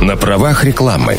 На правах рекламы.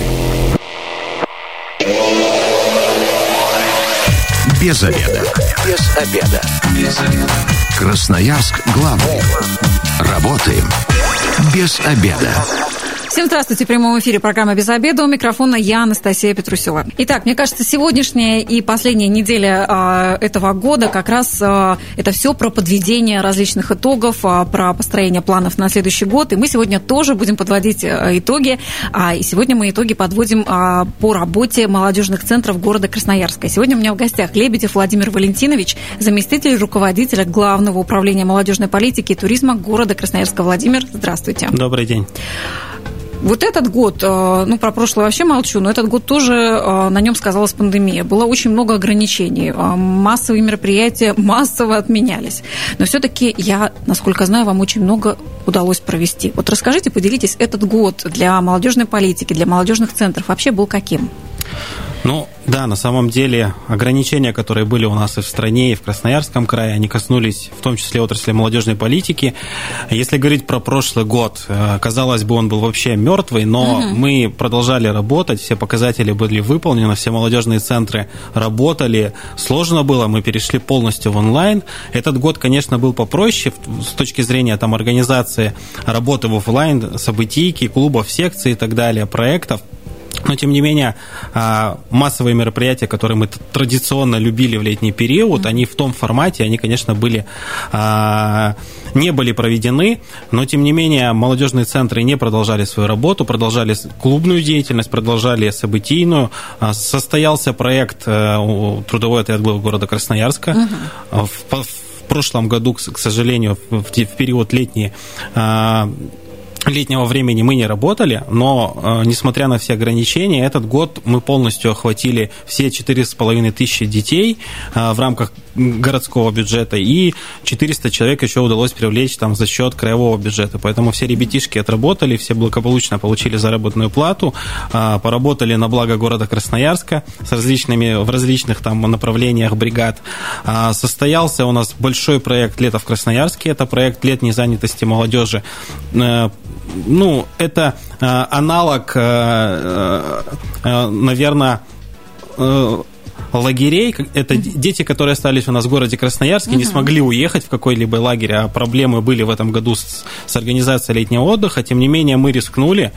Без обеда. Без обеда. Без обеда. Красноярск главный. Работаем без обеда. Всем здравствуйте. В прямом эфире программа «Без обеда». У микрофона я, Анастасия Петрусева. Итак, мне кажется, сегодняшняя и последняя неделя этого года как раз это все про подведение различных итогов, про построение планов на следующий год. И мы сегодня тоже будем подводить итоги. И сегодня мы итоги подводим по работе молодежных центров города Красноярска. Сегодня у меня в гостях Лебедев Владимир Валентинович, заместитель руководителя Главного управления молодежной политики и туризма города Красноярска. Владимир, здравствуйте. Добрый день. Вот этот год, про прошлый вообще молчу, но этот год тоже на нем сказалась пандемия. Было очень много ограничений, массовые мероприятия массово отменялись. Но все-таки я, насколько знаю, вам очень много удалось провести. Вот расскажите, поделитесь, этот год для молодежной политики, для молодежных центров вообще был каким? Да, на самом деле ограничения, которые были у нас и в стране, и в Красноярском крае, они коснулись в том числе отрасли молодежной политики. Если говорить про прошлый год, казалось бы, он был вообще мертвый, но мы продолжали работать, все показатели были выполнены, все молодежные центры работали. Сложно было, мы перешли полностью в онлайн. Этот год, конечно, был попроще с точки зрения организации работы в офлайн, событийки, клубов, секций и так далее, проектов. Но, тем не менее, массовые мероприятия, которые мы традиционно любили в летний период, они в том формате, они, конечно, не были проведены, но, тем не менее, молодежные центры не продолжали свою работу, продолжали клубную деятельность, продолжали событийную. Состоялся проект «Трудовой отряд главы города Красноярска». В прошлом году, к сожалению, в период летнего времени мы не работали, но, несмотря на все ограничения, этот год мы полностью охватили все 4500 детей в рамках городского бюджета, и 400 человек еще удалось привлечь за счет краевого бюджета. Поэтому все ребятишки отработали, все благополучно получили заработную плату, поработали на благо города Красноярска в различных направлениях бригад. Состоялся у нас большой проект «Лето в Красноярске», это проект летней занятости молодежи. Это аналог, наверное, лагерей. Это дети, которые остались у нас в городе Красноярске, не смогли уехать в какой-либо лагерь, а проблемы были в этом году с организацией летнего отдыха. Тем не менее, мы рискнули.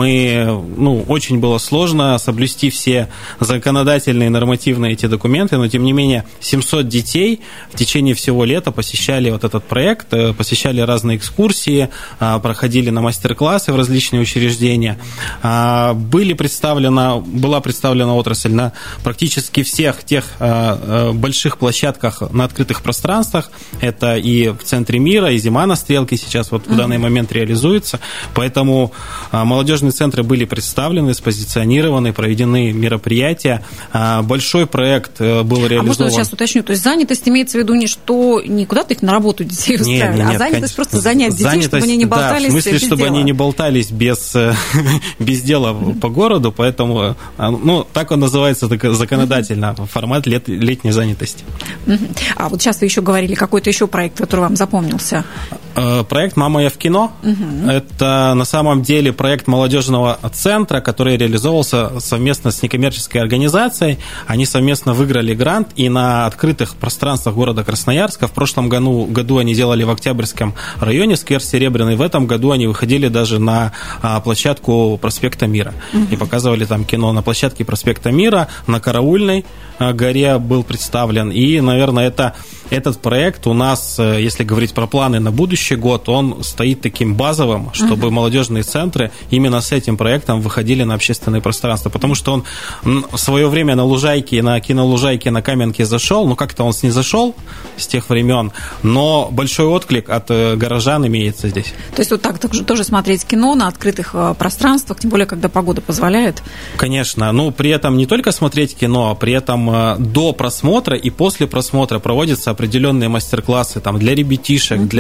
Очень было сложно соблюсти все законодательные, нормативные эти документы, но, тем не менее, 700 детей в течение всего лета посещали этот проект, посещали разные экскурсии, проходили на мастер-классы в различные учреждения. Была представлена отрасль на практически всех тех больших площадках на открытых пространствах. Это и в центре мира, и «Зима на Стрелке» сейчас в данный момент реализуется. Поэтому молодежные центры были представлены, спозиционированы, проведены мероприятия. Большой проект был реализован. А можно сейчас уточню? То есть занятость имеется в виду не куда-то их на работу детей устраивали, а занятость просто занять детей, чтобы они не болтались. Да, в смысле, чтобы они не болтались без дела по городу, поэтому так он называется законодательно. Формат летней занятости. А вот сейчас вы еще говорили, какой-то еще проект, который вам запомнился. Проект «Мама, я в кино». Это на самом деле проект молодежного центра, который реализовывался совместно с некоммерческой организацией. Они совместно выиграли грант, и на открытых пространствах города Красноярска в прошлом году они делали в Октябрьском районе сквер Серебряный. В этом году они выходили даже на площадку проспекта Мира и показывали там кино. На площадке проспекта Мира, на Караульной горе был представлен. И, наверное, этот проект у нас, если говорить про планы на будущий год, он стоит таким базовым, чтобы молодежные центры именно с этим проектом выходили на общественное пространство. Потому что он в свое время на Лужайке, на кинолужайке, на Каменке зашел, как-то он снизошел с тех времен, но большой отклик от горожан имеется здесь. То есть так тоже смотреть кино на открытых пространствах, тем более, когда погода позволяет? Конечно. При этом не только смотреть кино, а при этом до просмотра и после просмотра проводятся определенные мастер-классы для ребятишек, для разных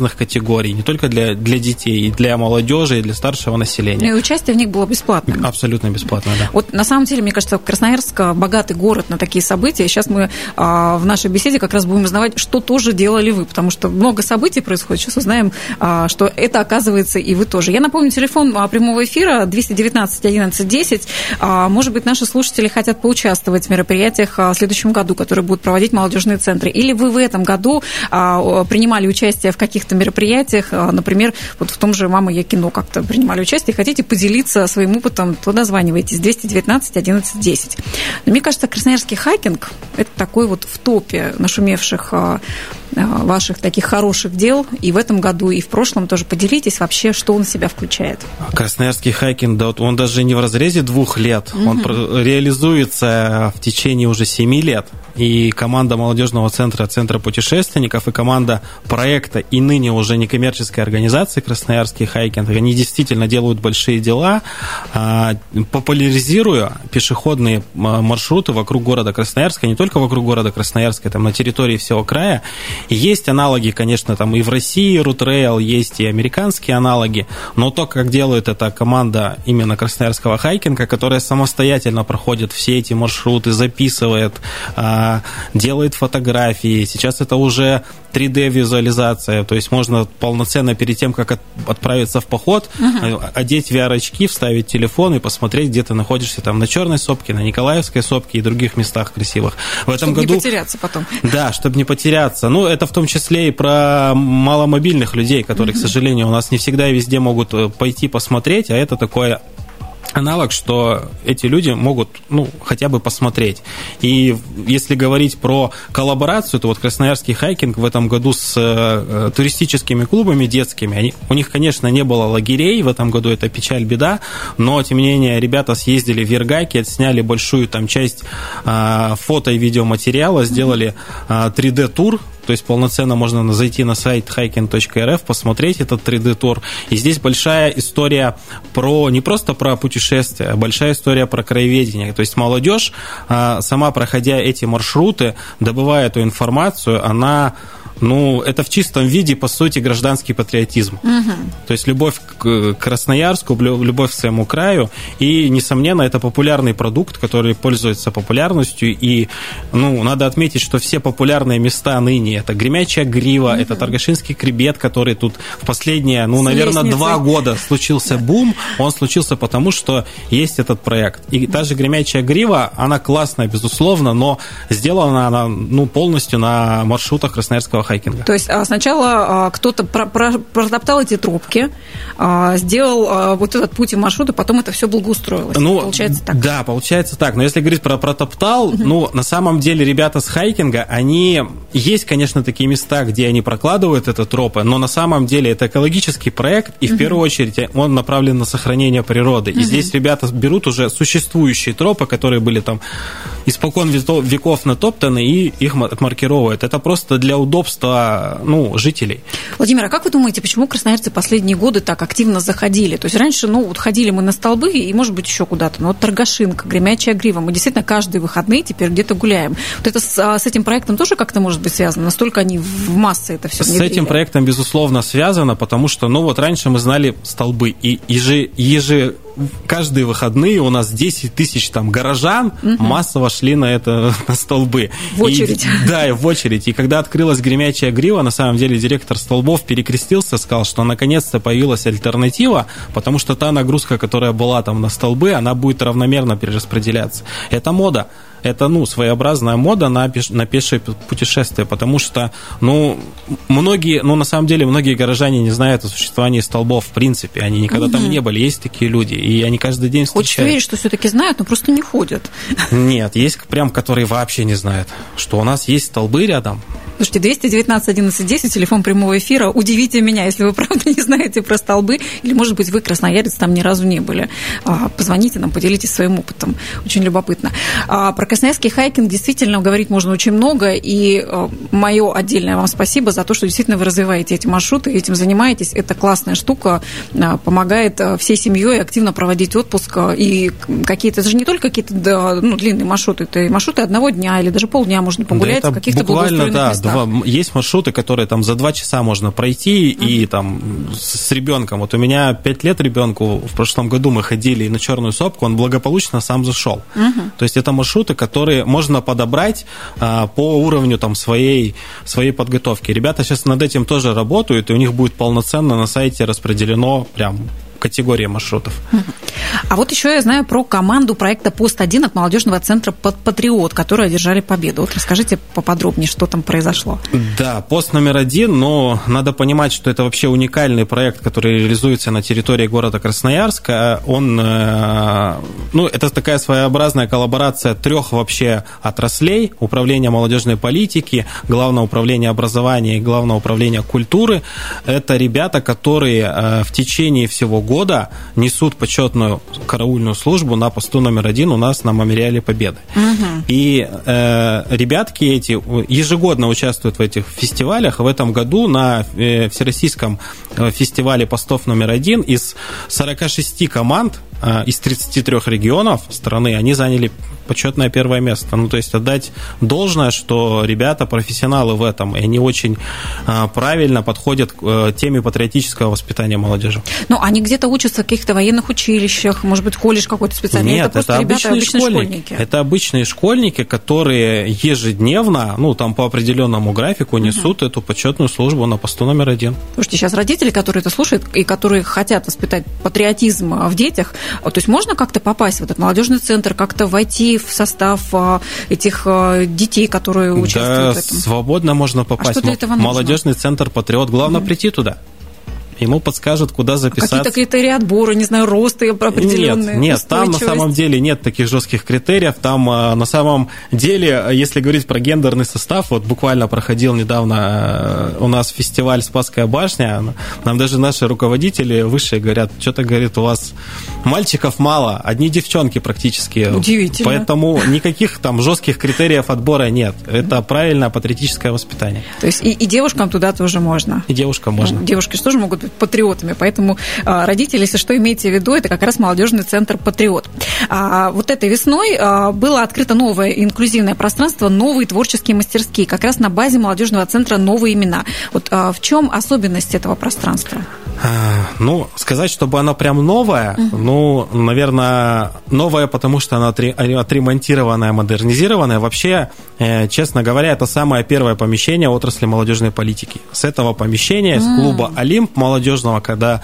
возрастных категорий, не только для детей, и для молодежи, и для старшего населения. И участие в них было бесплатно. Абсолютно бесплатно, да. Вот на самом деле, мне кажется, Красноярск богатый город на такие события. Сейчас мы в нашей беседе как раз будем узнавать, что тоже делали вы, потому что много событий происходит. Сейчас узнаем, что это, оказывается, и вы тоже. Я напомню, телефон прямого эфира 219 11 10. Может быть, наши слушатели хотят поучаствовать в мероприятиях в следующем году, которые будут проводить молодежные центры. Или вы в этом году принимали участие в каких-то мероприятиях, например, вот в том же «Мама, я кино» как-то принимали участие, хотите поделиться своим опытом, то дозванивайтесь 219 11 10. Но мне кажется, красноярский хайкинг – это такой вот в топе нашумевших ваших таких хороших дел и в этом году, и в прошлом тоже. Поделитесь вообще, что он в себя включает. Красноярский хайкинг, да, он даже не в разрезе 2 лет, он реализуется в течение уже 7 лет. И команда молодежного центра путешественников, и команда проекта, и ныне уже некоммерческой организации «Красноярский хайкинг», они действительно делают большие дела, популяризируя пешеходные маршруты вокруг города Красноярска, не только вокруг города Красноярска, там на территории всего края. И есть аналоги, конечно, там и в России Рутрейл, есть и американские аналоги, но то, как делает эта команда именно Красноярского хайкинга, которая самостоятельно проходит все эти маршруты, записывает, делает фотографии. Сейчас это уже 3D-визуализация, то есть можно полноценно перед тем, как отправиться в поход, одеть VR-очки, вставить телефон и посмотреть, где ты находишься там на Черной сопке, на Николаевской сопке и других местах красивых. В этом году... Чтобы не потеряться потом. Да, чтобы не потеряться. Ну, это в том числе и про маломобильных людей, которые, к сожалению, у нас не всегда и везде могут пойти посмотреть, а это такое... аналог, что эти люди могут, хотя бы посмотреть. И если говорить про коллаборацию, то вот Красноярский хайкинг в этом году с туристическими клубами детскими, у них, конечно, не было лагерей в этом году, это печаль, беда, но, тем не менее, ребята съездили в Виргаки, отсняли большую там часть фото и видеоматериала, сделали 3D-тур, то есть полноценно можно зайти на сайт hiking.rf, посмотреть этот 3D-тур. И здесь большая история не просто про путешествия, а большая история про краеведение. То есть молодежь, сама проходя эти маршруты, добывая эту информацию, она... это в чистом виде, по сути, гражданский патриотизм. То есть любовь к Красноярску, любовь к своему краю. И, несомненно, это популярный продукт, который пользуется популярностью. И, надо отметить, что все популярные места ныне, это Гремячая Грива, это Торгашинский хребет, который тут в последние, наверное, 2 года случился бум. Он случился потому, что есть этот проект. И та же Гремячая Грива, она классная, безусловно, но сделана она полностью на маршрутах Красноярского хайкинга. То есть сначала кто-то протоптал эти тропки, сделал вот этот путь и маршрут, и потом это все благоустроилось. Получается так. Да, получается так. Но если говорить про протоптал, на самом деле ребята с хайкинга, есть, конечно, такие места, где они прокладывают это тропы, но на самом деле это экологический проект, и в первую очередь он направлен на сохранение природы. И здесь ребята берут уже существующие тропы, которые были там испокон веков натоптаны, и их отмаркировывают. Это просто для удобства жителей. Владимир, а как вы думаете, почему красноярцы последние годы так активно заходили? То есть раньше, ходили мы на столбы и, может быть, еще куда-то. Но вот Торгашинка, Гремячая Грива, мы действительно каждые выходные теперь где-то гуляем. Вот это с этим проектом тоже как-то может быть связано? Настолько они в массы это все внедрили? С этим проектом, безусловно, связано, потому что, раньше мы знали столбы, и каждые выходные у нас 10 тысяч горожан массово шли на столбы. В очередь. В очередь. И когда открылась Гремячая Грива, на самом деле директор столбов перекрестился, сказал, что наконец-то появилась альтернатива, потому что та нагрузка, которая была там на столбы, она будет равномерно перераспределяться. Это мода. Это, своеобразная мода на пешее путешествие, потому что, на самом деле, многие горожане не знают о существовании столбов в принципе, они никогда там не были, есть такие люди, и они каждый день встречают. Хочется верить, что все-таки знают, но просто не ходят. Нет, есть прям, которые вообще не знают, что у нас есть столбы рядом. Слушайте, 219 11 10, телефон прямого эфира. Удивите меня, если вы правда не знаете про столбы, или, может быть, вы, красноярец, там ни разу не были. Позвоните нам, поделитесь своим опытом. Очень любопытно. Про красноярский хайкинг действительно говорить можно очень много, и мое отдельное вам спасибо за то, что действительно вы развиваете эти маршруты, этим занимаетесь. Это классная штука, помогает всей семьей активно проводить отпуск. И какие-то, это же не только какие-то длинные маршруты, это и маршруты одного дня или даже полдня можно погулять в каких-то благоустроенных местах. Есть маршруты, которые там за 2 часа можно пройти, и там с ребенком. Вот у меня 5 лет ребенку, в прошлом году мы ходили на Черную Сопку, он благополучно сам зашел. То есть это маршруты, которые можно подобрать по уровню там, своей подготовки. Ребята сейчас над этим тоже работают, и у них будет полноценно на сайте распределено прям категория маршрутов. А вот еще я знаю про команду проекта «Пост-1» от молодежного центра «Патриот», которые одержали победу. Вот расскажите поподробнее, что там произошло. Да, пост номер 1, но надо понимать, что это вообще уникальный проект, который реализуется на территории города Красноярска. Это такая своеобразная коллаборация 3 вообще отраслей: управления молодежной политики, Главного управления образования и Главного управления культуры. Это ребята, которые в течение всего года несут почетную караульную службу на посту номер 1 у нас на Мемориале Победы. И ребятки эти ежегодно участвуют в этих фестивалях. В этом году на Всероссийском фестивале постов номер 1 из 46 команд из 33 регионов страны они заняли почетное 1 место. То есть отдать должное, что ребята профессионалы в этом, и они очень правильно подходят к теме патриотического воспитания молодежи. Они где-то учатся в каких-то военных училищах, может быть, колледж какой-то специальный? Нет, это обычные школьники. Это обычные школьники, которые ежедневно, там по определенному графику несут эту почетную службу на посту номер 1. Слушайте, сейчас родители, которые это слушают и которые хотят воспитать патриотизм в детях, то есть можно как-то попасть в этот молодежный центр, как-то войти в состав этих детей, которые участвуют в этом? Да, свободно можно попасть. А что для этого нужно? Молодежный центр «Патриот». Главное прийти туда. Ему подскажут, куда записаться. Какие-то критерии отбора, не знаю, росты определенные? Нет, там на самом деле нет таких жестких критериев. Там на самом деле, если говорить про гендерный состав, вот буквально проходил недавно у нас фестиваль «Спасская башня», нам даже наши руководители высшие говорят, что-то, говорит, у вас мальчиков мало, одни девчонки практически. Удивительно. Поэтому никаких там жестких критериев отбора нет. Это правильное патриотическое воспитание. То есть и девушкам туда тоже можно? И девушкам можно. Девушки же тоже могут быть патриотами, поэтому родители, если что, имейте в виду, это как раз молодежный центр «Патриот». Вот этой весной было открыто новое инклюзивное пространство, новые творческие мастерские, как раз на базе молодежного центра «Новые имена». Вот в чем особенность этого пространства? Сказать, чтобы оно прям новое, наверное, новое, потому что оно отремонтированное, модернизированное. Вообще, честно говоря, это самое первое помещение отрасли молодежной политики. С этого помещения, с клуба «Олимп» молодежного, когда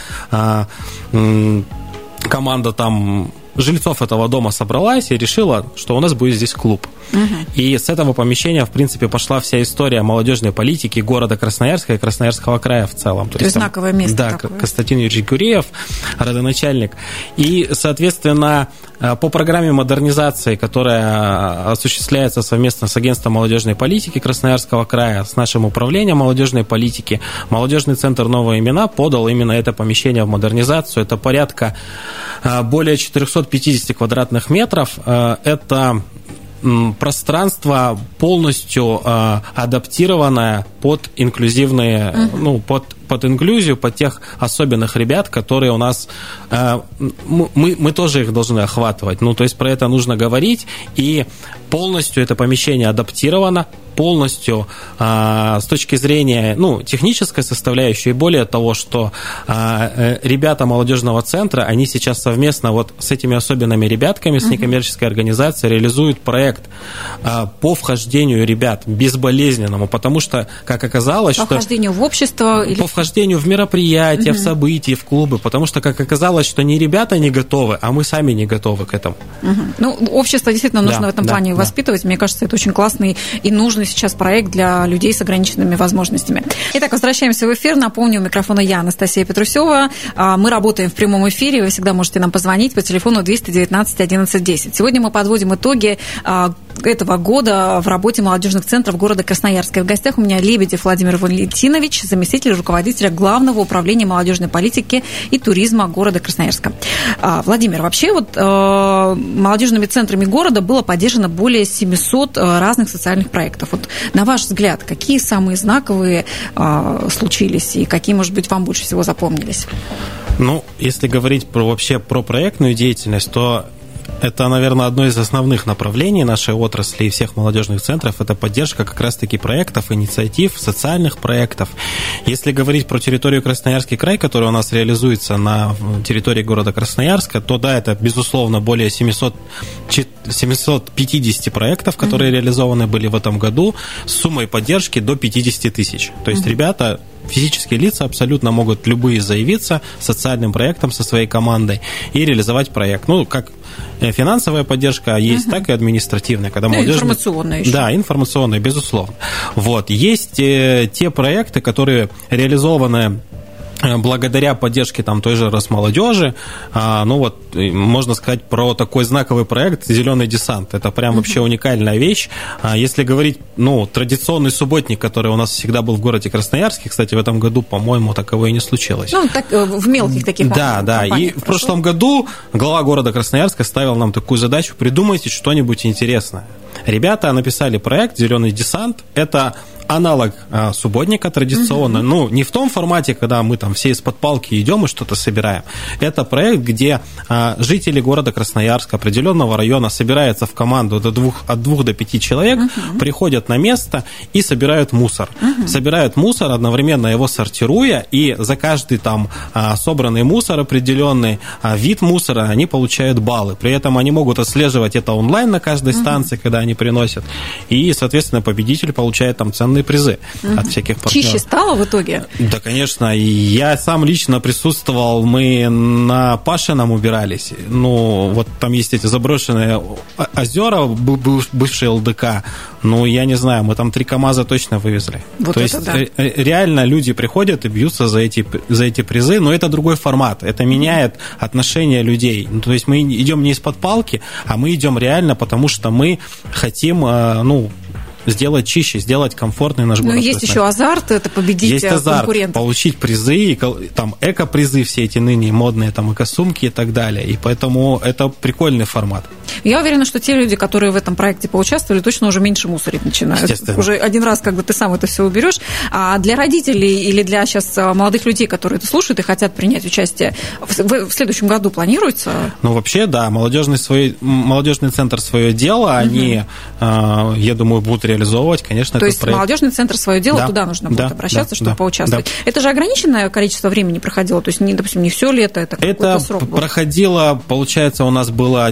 команда там жильцов этого дома собралась и решила, что у нас будет здесь клуб. И с этого помещения, в принципе, пошла вся история молодежной политики города Красноярска и Красноярского края в целом. То есть знаковое место. Да, такое. Константин Юрьевич Гуреев, родоначальник. И, соответственно, по программе модернизации, которая осуществляется совместно с агентством молодежной политики Красноярского края, с нашим управлением молодежной политики, молодежный центр «Новые имена» подал именно это помещение в модернизацию. Это порядка более 450 квадратных метров. Это пространство полностью адаптированное под инклюзивные, под инклюзию, под тех особенных ребят, которые у нас, мы тоже их должны охватывать. То есть про это нужно говорить, и полностью это помещение адаптировано, полностью с точки зрения технической составляющей, и более того, что ребята молодежного центра, они сейчас совместно вот с этими особенными ребятками, с некоммерческой организацией реализуют проект по вхождению ребят безболезненному, потому что, как оказалось, по вхождению в общество или... По вхождению в мероприятия, в события, в клубы, потому что, как оказалось, что не ребята не готовы, а мы сами не готовы к этому. Общество действительно нужно в этом плане воспитывать. Мне кажется, это очень классный и нужный сейчас проект для людей с ограниченными возможностями. Итак, возвращаемся в эфир. Напомню, у микрофона я, Анастасия Петрусева. Мы работаем в прямом эфире. Вы всегда можете нам позвонить по телефону 219 11 10. Сегодня мы подводим итоги этого года в работе молодежных центров города Красноярска. И в гостях у меня Лебедев Владимир Валентинович, заместитель руководителя Главного управления молодежной политики и туризма города Красноярска. Владимир, вообще молодежными центрами города было поддержано более 700 разных социальных проектов. Вот, на ваш взгляд, какие самые знаковые случились и какие, может быть, вам больше всего запомнились? Если говорить вообще про проектную деятельность, то Это, наверное, одно из основных направлений нашей отрасли и всех молодежных центров. Это поддержка как раз-таки проектов, инициатив, социальных проектов. Если говорить про территорию Красноярский край, которая у нас реализуется на территории города Красноярска, то да, это, безусловно, более 750 проектов, которые реализованы были в этом году, с суммой поддержки до 50 тысяч. То есть ребята, физические лица абсолютно могут любые заявиться социальным проектом со своей командой и реализовать проект. Ну, как финансовая поддержка есть, так и административная. Когда информационная еще. Да, информационная, безусловно. Вот. Есть те проекты, которые реализованы благодаря поддержке там той же Росмолодежи. Ну вот, можно сказать про такой знаковый проект «Зеленый десант». Это прям вообще уникальная вещь. Если говорить, традиционный субботник, который у нас всегда был в городе Красноярске, кстати, в этом году, по-моему, такого и не случилось. Так, в мелких таких Да. И в прошлом году глава города Красноярска ставил нам такую задачу: придумайте что-нибудь интересное. Ребята написали проект «Зеленый десант». Это аналог субботника традиционно, не в том формате, когда мы там все из-под палки идем и что-то собираем. Это проект, где жители города Красноярска, определенного района, собираются в команду от 2 до 5 человек, приходят на место и собирают мусор. Собирают мусор, одновременно его сортируя, и за каждый там собранный мусор, определенный вид мусора, они получают баллы. При этом они могут отслеживать это онлайн на каждой станции, когда они приносят, и, соответственно, победитель получает там ценные призы от всяких партнеров. Чище стало в итоге? Да, конечно. И я сам лично присутствовал, мы на Пашином убирались. Вот там есть эти заброшенные озера, бывшие ЛДК. Я не знаю, мы там 3 КАМАЗа точно вывезли. То есть реально люди приходят и бьются за эти призы, но это другой формат. Это меняет отношение людей. То есть мы идем не из-под палки, а мы идем реально, потому что мы хотим, сделать чище, сделать комфортный наш город. Но есть еще азарт, это победить конкурентов. Получить призы, там эко-призы все эти ныне модные, там эко-сумки и так далее. И поэтому это прикольный формат. Я уверена, что те люди, которые в этом проекте поучаствовали, точно уже меньше мусорить начинают. Уже один раз ты сам это все уберешь. А для родителей или для сейчас молодых людей, которые это слушают и хотят принять участие, в следующем году планируется? Вообще, да, молодежный центр свое дело, они, я думаю, будут реализовывать, конечно, То есть молодежный центр свое дело, туда нужно будет обращаться, чтобы поучаствовать. Да. Это же ограниченное количество времени проходило, то есть, допустим, не все лето, это какой-то срок был. Это проходило, получается, у нас было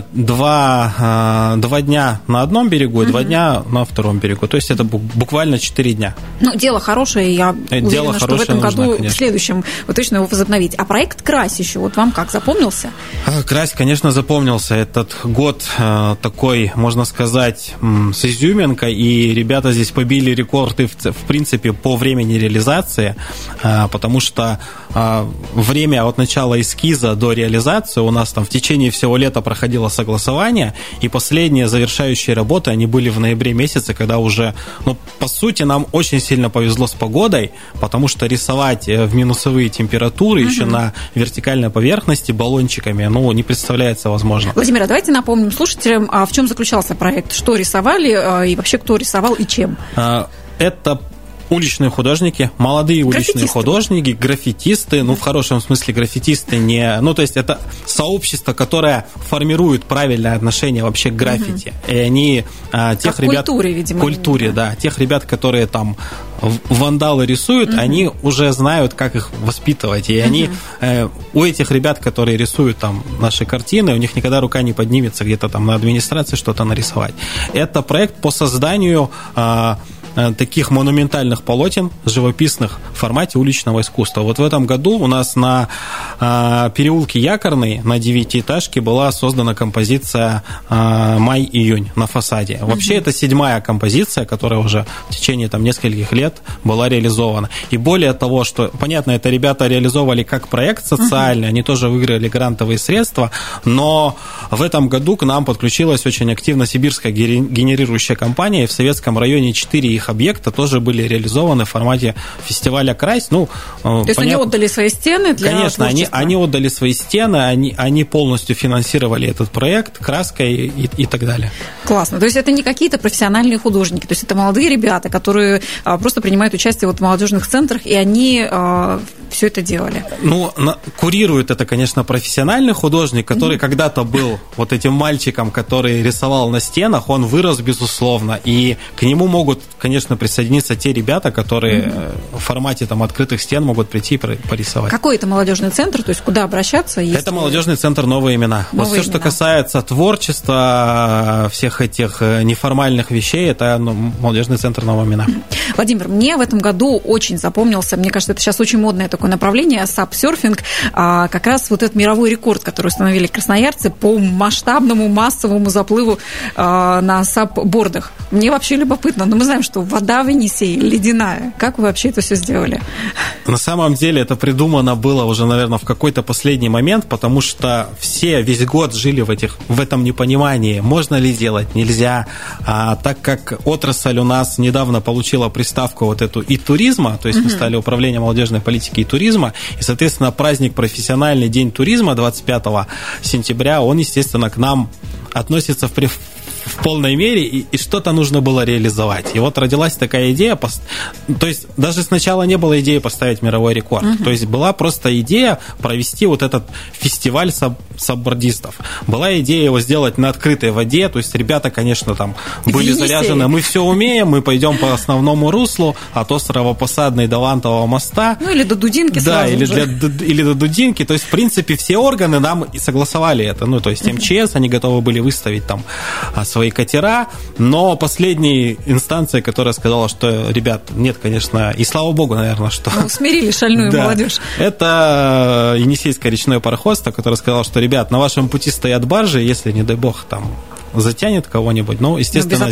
2 дня на одном берегу и 2 дня на втором берегу, то есть это буквально 4 дня. Дело хорошее, я уверена, что в этом году, в следующем, вы точно его возобновите. А проект «Крась» еще, вам как, запомнился? «Крась», конечно, запомнился. Этот год такой, можно сказать, с изюминкой, и ребята здесь побили рекорды, в принципе, по времени реализации, потому что время от начала эскиза до реализации у нас там в течение всего лета проходило согласование, и последние завершающие работы, они были в ноябре месяце, когда уже, по сути, нам очень сильно повезло с погодой, потому что рисовать в минусовые температуры еще на вертикальной поверхности баллончиками, не представляется возможным. Владимир, давайте напомним слушателям, в чем заключался проект, что рисовали и вообще кто рисовал и чем? Это уличные художники, молодые уличные художники, граффитисты, в хорошем смысле граффитисты не... то есть это сообщество, которое формирует правильное отношение вообще к граффити. И они тех ребят... Культуре, видимо. Культуре, да. Тех ребят, которые там вандалы рисуют, они уже знают, как их воспитывать. И они... У этих ребят, которые рисуют там наши картины, у них никогда рука не поднимется где-то там на администрации что-то нарисовать. Это проект по созданию таких монументальных полотен, живописных, в формате уличного искусства. Вот в этом году у нас на переулке Якорный, на 9-этажке, была создана композиция «Май-июнь» на фасаде. Вообще, это 7-я композиция, которая уже в течение нескольких лет была реализована. И более того, что, понятно, это ребята реализовывали как проект социальный, они тоже выиграли грантовые средства, но в этом году к нам подключилась очень активно сибирская генерирующая компания, и в Советском районе 4 их таких объекта тоже были реализованы в формате фестиваля «Крась». Ну, то есть они отдали свои стены для Конечно, творчества? они отдали свои стены, они полностью финансировали этот проект краской и так далее. Классно. То есть это не какие-то профессиональные художники, то есть это молодые ребята, которые просто принимают участие в молодежных центрах, и они все это делали. Ну, курирует это, конечно, профессиональный художник, который когда-то был вот этим мальчиком, который рисовал на стенах, он вырос, безусловно, и к нему могут, конечно, присоединиться те ребята, которые в формате там открытых стен могут прийти и порисовать. Какой это молодежный центр, то есть куда обращаться? Это молодежный центр «Новые имена». Вот все, что касается творчества, всех этих неформальных вещей, это молодежный центр «Новые имена». Владимир, мне в этом году очень запомнился, мне кажется, это сейчас очень модное такое направление, сап-серфинг, как раз вот этот мировой рекорд, который установили красноярцы по масштабному массовому заплыву на сап-бордах. Мне вообще любопытно, но мы знаем, что вода в Енисее ледяная. Как вы вообще это все сделали? На самом деле это придумано было уже, наверное, в какой-то последний момент, потому что все весь год жили в этом непонимании, можно ли делать, нельзя. Так как отрасль у нас недавно получила приставку вот эту и туризма, то есть мы стали управлением молодежной политики и туризма, и, соответственно, праздник профессиональный день туризма 25 сентября, он, естественно, к нам относится в полной мере, и что-то нужно было реализовать. И вот родилась такая идея, то есть даже сначала не было идеи поставить мировой рекорд, то есть была просто идея провести вот этот фестиваль саббордистов. Была идея его сделать на открытой воде, то есть ребята, конечно, там были заряжены, мы все умеем, мы пойдем по основному руслу от острова Посадный до Вантового моста. Ну или до Дудинки сразу или до Дудинки, то есть в принципе все органы нам и согласовали это, ну то есть МЧС, они готовы были выставить там свои катера, но последняя инстанция, которая сказала, что, ребят, нет, конечно, и слава богу, наверное, что... Смирили шальную молодежь. Это Енисейское речное пароходство, которое сказало, что, ребят, на вашем пути стоят баржи, если, не дай бог, там затянет кого-нибудь. Ну, естественно,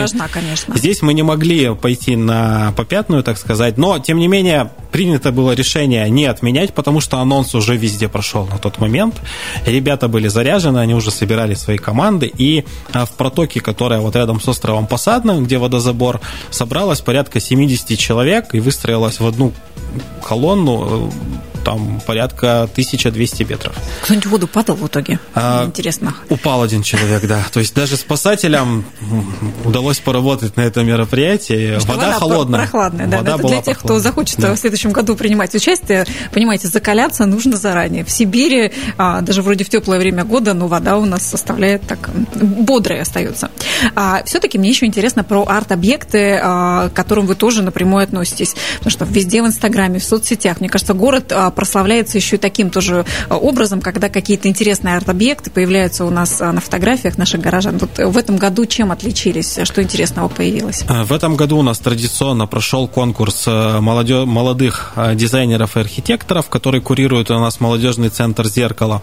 здесь мы не могли пойти на попятную, так сказать, но, тем не менее, принято было решение не отменять, потому что анонс уже везде прошел на тот момент. Ребята были заряжены, они уже собирали свои команды, и в протоке, которая вот рядом с островом Посадным, где водозабор, собралось порядка 70 человек и выстроилась в одну колонну, там порядка 1200 метров. Кто-нибудь в воду падал в итоге? Интересно. Упал один человек, да. То есть даже спасателям удалось поработать на этом мероприятии. Вода холодная. Прохладная, да. Это для тех, кто захочет в следующем году принимать участие. Понимаете, закаляться нужно заранее. В Сибири, даже вроде в теплое время года, но вода у нас составляет так, бодрая остается. Все-таки мне еще интересно про арт-объекты, к которым вы тоже напрямую относитесь. Потому что везде в Инстаграме, в соцсетях, мне кажется, город прославляется еще и таким тоже образом, когда какие-то интересные арт-объекты появляются у нас на фотографиях наших горожан. Вот в этом году чем отличились? Что интересного появилось? В этом году у нас традиционно прошел конкурс молодых дизайнеров и архитекторов, который курирует у нас молодежный центр «Зеркало».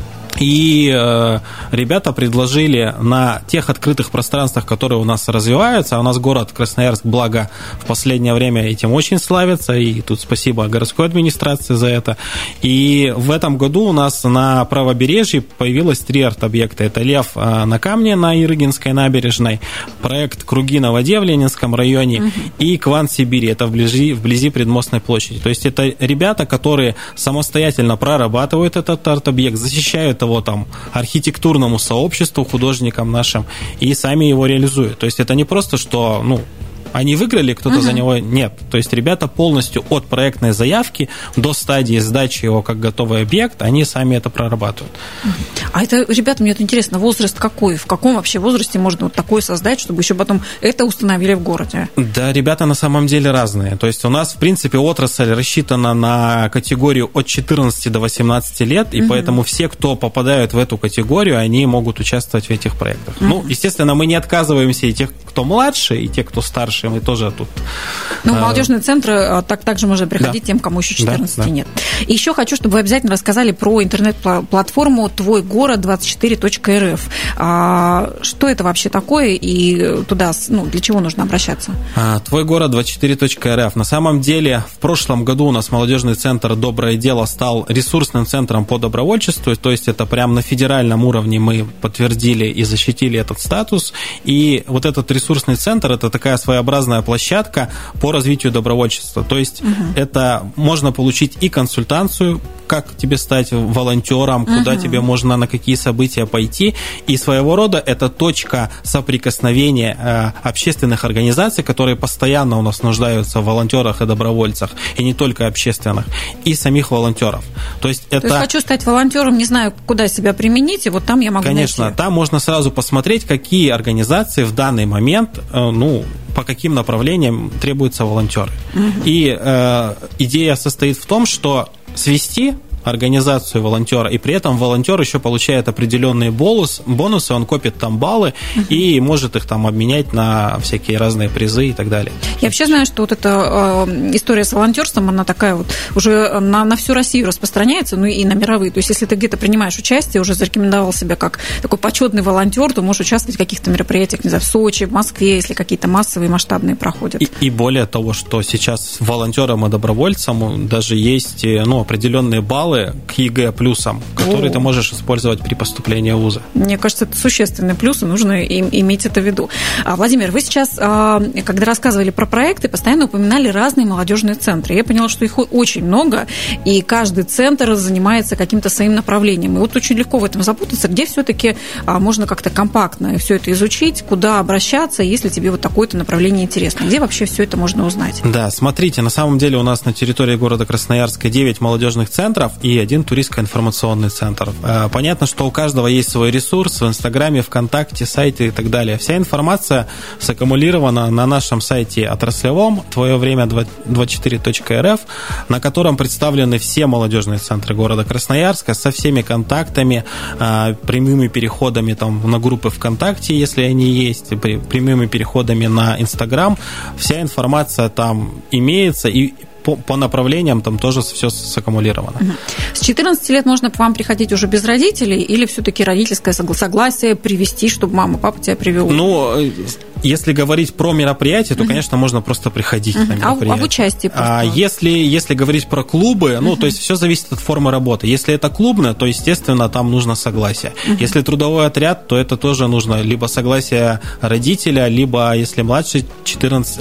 И ребята предложили на тех открытых пространствах, которые у нас развиваются, а у нас город Красноярск, благо, в последнее время этим очень славится, и тут спасибо городской администрации за это. И в этом году у нас на правобережье появилось 3 арт-объекта. Это «Лев на камне» на Ирыгинской набережной, проект «Круги на воде» в Ленинском районе и «Квант Сибири», это вблизи Предмостной площади. То есть это ребята, которые самостоятельно прорабатывают этот арт-объект, защищают его там архитектурному сообществу, художникам нашим, и сами его реализуют. То есть это не просто, что, они выиграли, кто-то за него нет. То есть ребята полностью от проектной заявки до стадии сдачи его как готовый объект, они сами это прорабатывают. А это, ребята, мне интересно, возраст какой? В каком вообще возрасте можно вот такое создать, чтобы еще потом это установили в городе? Да, ребята на самом деле разные. То есть у нас, в принципе, отрасль рассчитана на категорию от 14 до 18 лет, и поэтому все, кто попадают в эту категорию, они могут участвовать в этих проектах. Естественно, мы не отказываемся и тех, кто младше, и тех, кто старше, мы тоже тут... молодежные центры также можно приходить тем, кому еще 14 нет. И еще хочу, чтобы вы обязательно рассказали про интернет-платформу твойгород24.рф. Что это вообще такое и туда, для чего нужно обращаться? Твойгород24.рф. На самом деле, в прошлом году у нас молодежный центр «Доброе дело» стал ресурсным центром по добровольчеству, то есть это прямо на федеральном уровне мы подтвердили и защитили этот статус. И вот этот ресурсный центр – это такая своеобразная своеобразная площадка по развитию добровольчества. То есть это можно получить и консультацию, как тебе стать волонтером, куда тебе можно, на какие события пойти. И своего рода это точка соприкосновения общественных организаций, которые постоянно у нас нуждаются в волонтерах и добровольцах, и не только общественных, и самих волонтеров. То есть хочу стать волонтером, не знаю, куда себя применить, и вот там я могу Конечно, найти. Там можно сразу посмотреть, какие организации в данный момент, по каким направлениям требуются волонтеры. И идея состоит в том, что свести организацию волонтера, и при этом волонтер еще получает определенные бонусы, он копит там баллы и может их там обменять на всякие разные призы и так далее. Я вообще знаю, что вот эта история с волонтерством, она такая вот уже на всю Россию распространяется, и на мировые. То есть, если ты где-то принимаешь участие, уже зарекомендовал себя как такой почетный волонтер, то можешь участвовать в каких-то мероприятиях, не знаю, в Сочи, в Москве, если какие-то массовые, масштабные проходят. И более того, что сейчас волонтерам и добровольцам даже есть определенные баллы к ЕГЭ плюсам, которые ты можешь использовать при поступлении в вузы. Мне кажется, это существенный плюс, и нужно иметь это в виду. Владимир, вы сейчас, когда рассказывали про проекты, постоянно упоминали разные молодежные центры. Я поняла, что их очень много, и каждый центр занимается каким-то своим направлением. И вот очень легко в этом запутаться, где все-таки можно как-то компактно все это изучить, куда обращаться, если тебе вот такое-то направление интересно. Где вообще все это можно узнать? Да, смотрите, на самом деле у нас на территории города Красноярска 9 молодежных центров и 1 туристско-информационный центр. Понятно, что у каждого есть свой ресурс в Инстаграме, ВКонтакте, сайте и так далее. Вся информация саккумулирована на нашем сайте отраслевом твоевремя24.рф, на котором представлены все молодежные центры города Красноярска со всеми контактами, прямыми переходами там, на группы ВКонтакте, если они есть, прямыми переходами на Инстаграм. Вся информация там имеется, и по направлениям там тоже все саккумулировано. С 14 лет можно к вам приходить уже без родителей, или все-таки родительское согласие привести, чтобы мама, папа тебя привел? Если говорить про мероприятие, то, конечно, можно просто приходить на мероприятие. Об участии просто. Если говорить про клубы, то есть все зависит от формы работы. Если это клубное, то, естественно, там нужно согласие. Если трудовой отряд, то это тоже нужно либо согласие родителя, либо, если младше 14,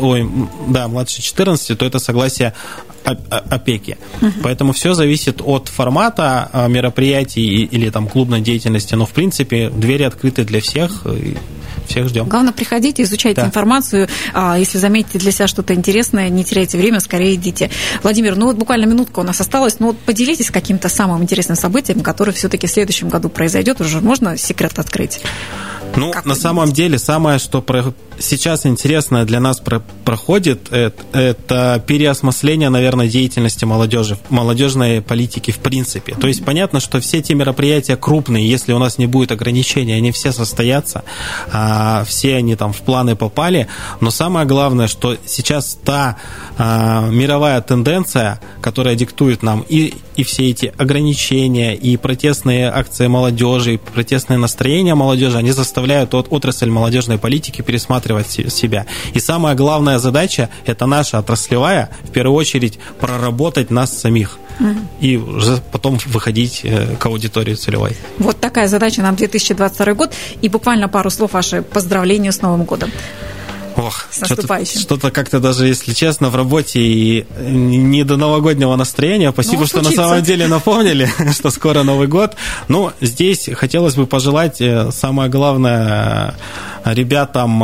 то это согласие опеки. Поэтому все зависит от формата мероприятий или там клубной деятельности. Но, в принципе, двери открыты для всех, и всех ждем. Главное, приходите, изучайте информацию. Если заметите для себя что-то интересное, не теряйте время, скорее идите. Владимир, буквально минутка у нас осталась. Поделитесь каким-то самым интересным событием, которое все-таки в следующем году произойдет. Уже можно секрет открыть? На самом деле, самое, что сейчас интересное для нас проходит, это переосмысление, наверное, деятельности молодежи, молодежной политики в принципе. То есть понятно, что все эти мероприятия крупные, если у нас не будет ограничений, они все состоятся, все они там в планы попали, но самое главное, что сейчас та мировая тенденция, которая диктует нам и все эти ограничения, и протестные акции молодежи, и протестные настроения молодежи, они заставляют отрасль молодежной политики пересматривать себя. И самая главная задача – это наша отраслевая, в первую очередь, проработать нас самих и уже потом выходить к аудитории целевой. Вот такая задача нам 2022 год. И буквально пару слов ваши поздравления с Новым годом. С наступающим. Что-то как-то даже, если честно, в работе и не до новогоднего настроения. Спасибо, что на самом деле напомнили, что скоро Новый год. Здесь хотелось бы пожелать, самое главное, ребятам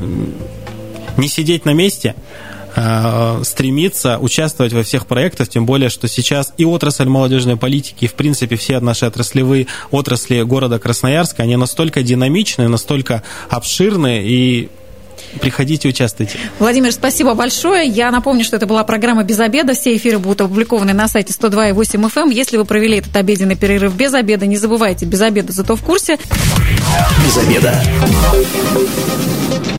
не сидеть на месте, стремиться участвовать во всех проектах, тем более, что сейчас и отрасль молодежной политики, и, в принципе, все наши отраслевые отрасли города Красноярска, они настолько динамичны, настолько обширны, и приходите, участвуйте. Владимир, спасибо большое. Я напомню, что это была программа «Без обеда». Все эфиры будут опубликованы на сайте 102.8 FM. Если вы провели этот обеденный перерыв без обеда, не забывайте, без обеда, зато в курсе. Без обеда.